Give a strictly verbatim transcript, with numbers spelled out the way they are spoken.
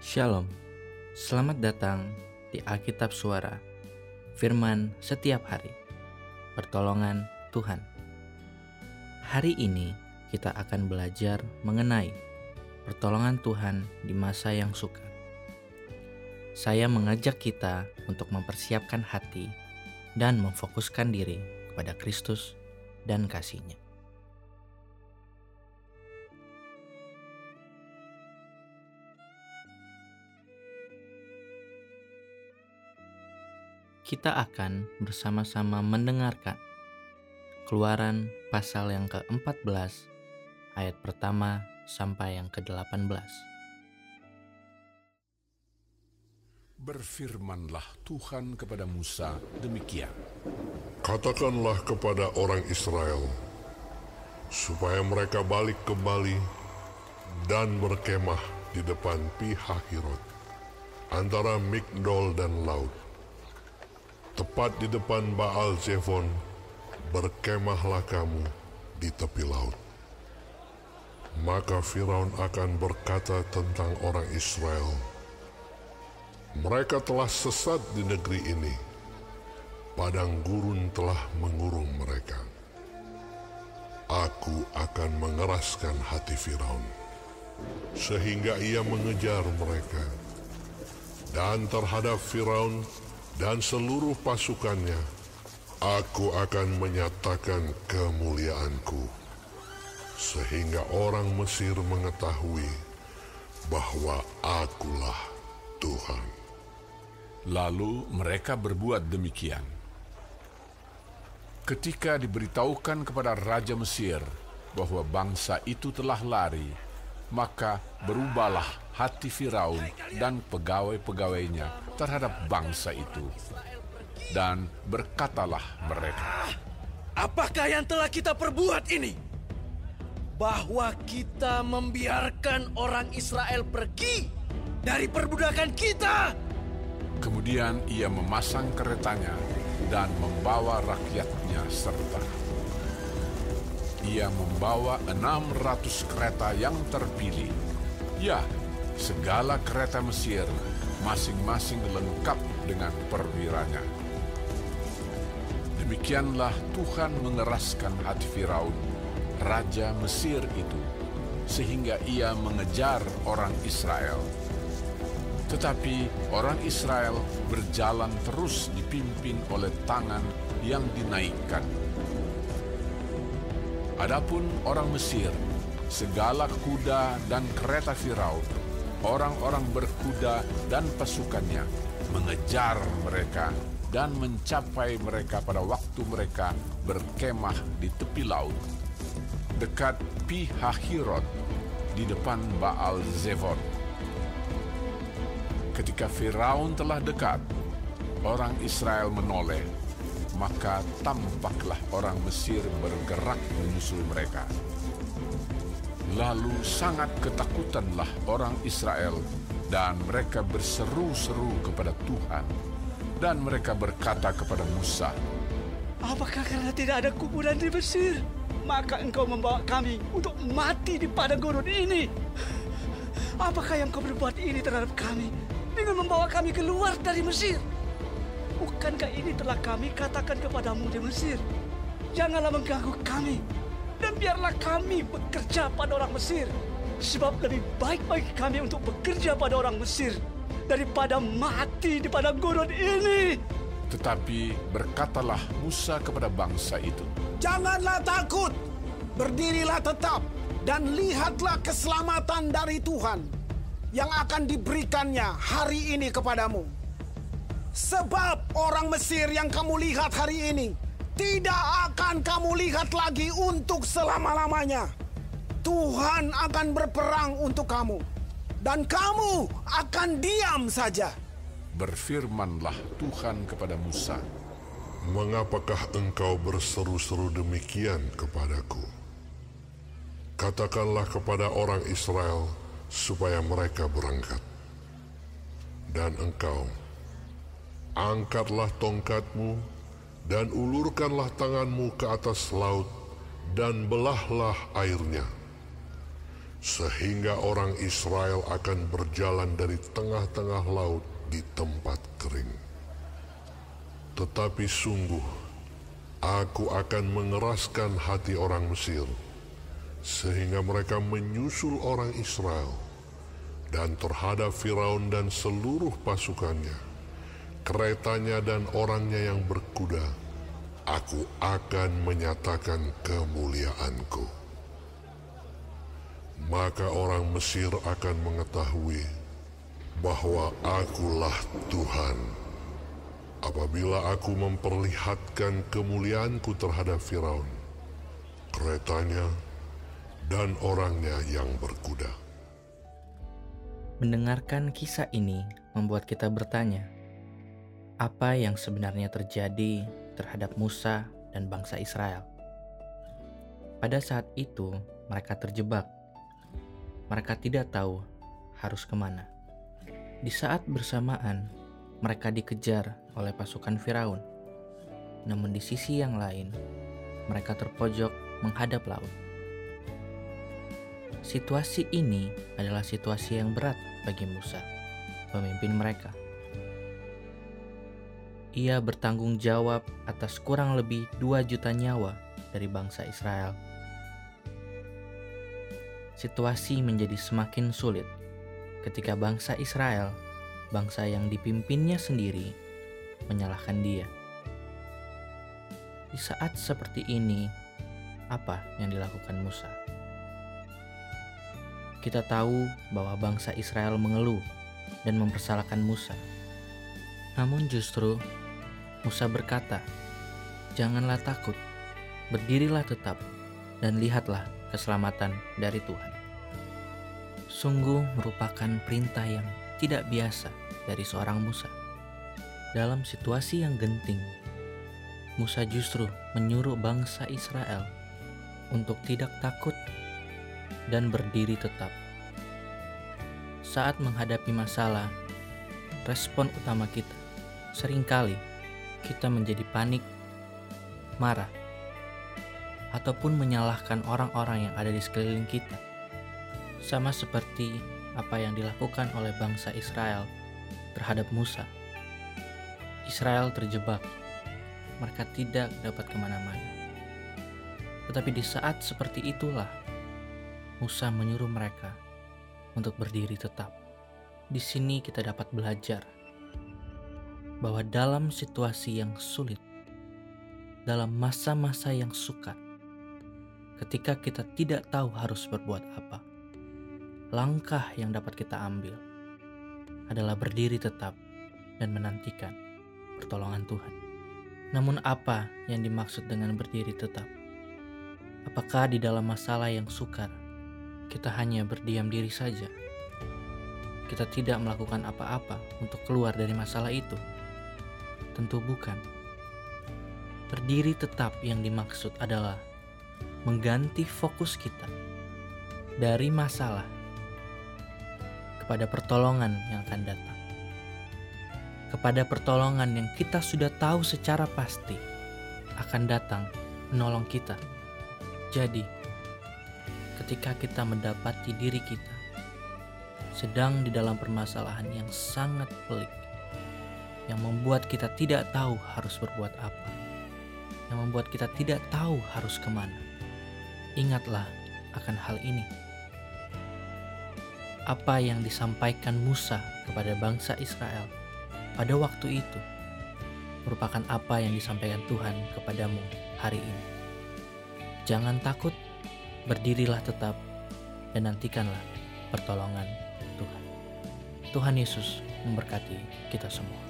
Shalom, selamat datang di Alkitab Suara, Firman setiap hari, pertolongan Tuhan. Hari ini kita akan belajar mengenai pertolongan Tuhan di masa yang sukar. Saya mengajak kita untuk mempersiapkan hati dan memfokuskan diri kepada Kristus dan kasih-Nya. Kita akan bersama-sama mendengarkan Keluaran pasal yang keempat belas, ayat pertama sampai yang kedelapan belas. Berfirmanlah Tuhan kepada Musa demikian. Katakanlah kepada orang Israel, supaya mereka balik kembali dan berkemah di depan Pi-hahirot, antara Migdol dan laut. Tepat di depan Baal-Zefon, berkemahlah kamu di tepi laut. Maka Firaun akan berkata tentang orang Israel, mereka telah sesat di negeri ini, padang gurun telah mengurung mereka. Aku akan mengeraskan hati Firaun, sehingga ia mengejar mereka. Dan terhadap Firaun dan seluruh pasukannya, aku akan menyatakan kemuliaanku, sehingga orang Mesir mengetahui bahwa akulah Tuhan. Lalu mereka berbuat demikian. Ketika diberitahukan kepada Raja Mesir bahwa bangsa itu telah lari, maka berubahlah hati Firaun dan pegawai-pegawainya terhadap bangsa itu. Dan berkatalah mereka, apakah yang telah kita perbuat ini? Bahwa kita membiarkan orang Israel pergi dari perbudakan kita. Kemudian ia memasang keretanya dan membawa rakyatnya serta. Ia membawa enam ratus kereta yang terpilih. Ya, segala kereta Mesir, masing-masing lengkap dengan perwiranya. Demikianlah Tuhan mengeraskan hati Firaun, Raja Mesir itu, sehingga ia mengejar orang Israel. Tetapi orang Israel berjalan terus dipimpin oleh tangan yang dinaikkan. Adapun orang Mesir, segala kuda dan kereta Firaun, orang-orang berkuda dan pasukannya, mengejar mereka dan mencapai mereka pada waktu mereka berkemah di tepi laut, dekat Pi-hahirot, di depan Baal-Zefon. Ketika Firaun telah dekat, orang Israel menoleh, maka tampaklah orang Mesir bergerak menyusul mereka. Lalu sangat ketakutanlah orang Israel, dan mereka berseru-seru kepada Tuhan, dan mereka berkata kepada Musa, apakah karena tidak ada kuburan di Mesir, maka engkau membawa kami untuk mati di padang gurun ini? Apakah yang kau berbuat ini terhadap kami dengan membawa kami keluar dari Mesir? Bukankah ini telah kami katakan kepadamu di Mesir, janganlah mengganggu kami, dan biarlah kami bekerja pada orang Mesir, sebab lebih baik bagi kami untuk bekerja pada orang Mesir daripada mati di padang gurun ini. Tetapi berkatalah Musa kepada bangsa itu, janganlah takut, berdirilah tetap, dan lihatlah keselamatan dari Tuhan yang akan diberikannya hari ini kepadamu. Sebab orang Mesir yang kamu lihat hari ini tidak akan kamu lihat lagi untuk selama-lamanya. Tuhan akan berperang untuk kamu, dan kamu akan diam saja. Berfirmanlah Tuhan kepada Musa, mengapakah engkau berseru-seru demikian kepadaku? Katakanlah kepada orang Israel supaya mereka berangkat. Dan engkau, angkatlah tongkatmu dan ulurkanlah tanganmu ke atas laut dan belahlah airnya, sehingga orang Israel akan berjalan dari tengah-tengah laut di tempat kering. Tetapi sungguh, aku akan mengeraskan hati orang Mesir, sehingga mereka menyusul orang Israel, dan terhadap Firaun dan seluruh pasukannya, keretanya dan orangnya yang berkuda, aku akan menyatakan kemuliaanku. Maka orang Mesir akan mengetahui bahwa akulah Tuhan, apabila aku memperlihatkan kemuliaanku terhadap Firaun, keretanya, dan orangnya yang berkuda. Mendengarkan kisah ini membuat kita bertanya, apa yang sebenarnya terjadi terhadap Musa dan bangsa Israel? Pada saat itu mereka terjebak. Mereka tidak tahu harus kemana. Di saat bersamaan, mereka dikejar oleh pasukan Firaun. Namun di sisi yang lain, mereka terpojok menghadap laut. Situasi ini adalah situasi yang berat bagi Musa, pemimpin mereka. Ia bertanggung jawab atas kurang lebih dua juta nyawa dari bangsa Israel. Situasi menjadi semakin sulit ketika bangsa Israel, bangsa yang dipimpinnya sendiri, menyalahkan dia. Di saat seperti ini, apa yang dilakukan Musa? Kita tahu bahwa bangsa Israel mengeluh dan mempersalahkan Musa. Namun justru Musa berkata, "Janganlah takut, berdirilah tetap, dan lihatlah keselamatan dari Tuhan." Sungguh merupakan perintah yang tidak biasa dari seorang Musa. Dalam situasi yang genting, Musa justru menyuruh bangsa Israel untuk tidak takut dan berdiri tetap. Saat menghadapi masalah, respon utama kita seringkali kita menjadi panik, marah, ataupun menyalahkan orang-orang yang ada di sekeliling kita. Sama seperti apa yang dilakukan oleh bangsa Israel terhadap Musa. Israel terjebak, mereka tidak dapat kemana-mana. Tetapi di saat seperti itulah, Musa menyuruh mereka untuk berdiri tetap. Di sini kita dapat belajar bahwa dalam situasi yang sulit, dalam masa-masa yang sukar, ketika kita tidak tahu harus berbuat apa, langkah yang dapat kita ambil adalah berdiri tetap dan menantikan pertolongan Tuhan. Namun apa yang dimaksud dengan berdiri tetap? Apakah di dalam masalah yang sukar kita hanya berdiam diri saja? Kita tidak melakukan apa-apa untuk keluar dari masalah itu? Tentu bukan. Berdiri tetap yang dimaksud adalah mengganti fokus kita dari masalah kepada pertolongan yang akan datang. Kepada pertolongan yang kita sudah tahu secara pasti akan datang menolong kita. Jadi, ketika kita mendapati diri kita sedang di dalam permasalahan yang sangat pelik, yang membuat kita tidak tahu harus berbuat apa, yang membuat kita tidak tahu harus kemana, ingatlah akan hal ini. Apa yang disampaikan Musa kepada bangsa Israel pada waktu itu merupakan apa yang disampaikan Tuhan kepadamu hari ini. Jangan takut, berdirilah tetap, dan nantikanlah pertolongan Tuhan. Tuhan Yesus memberkati kita semua.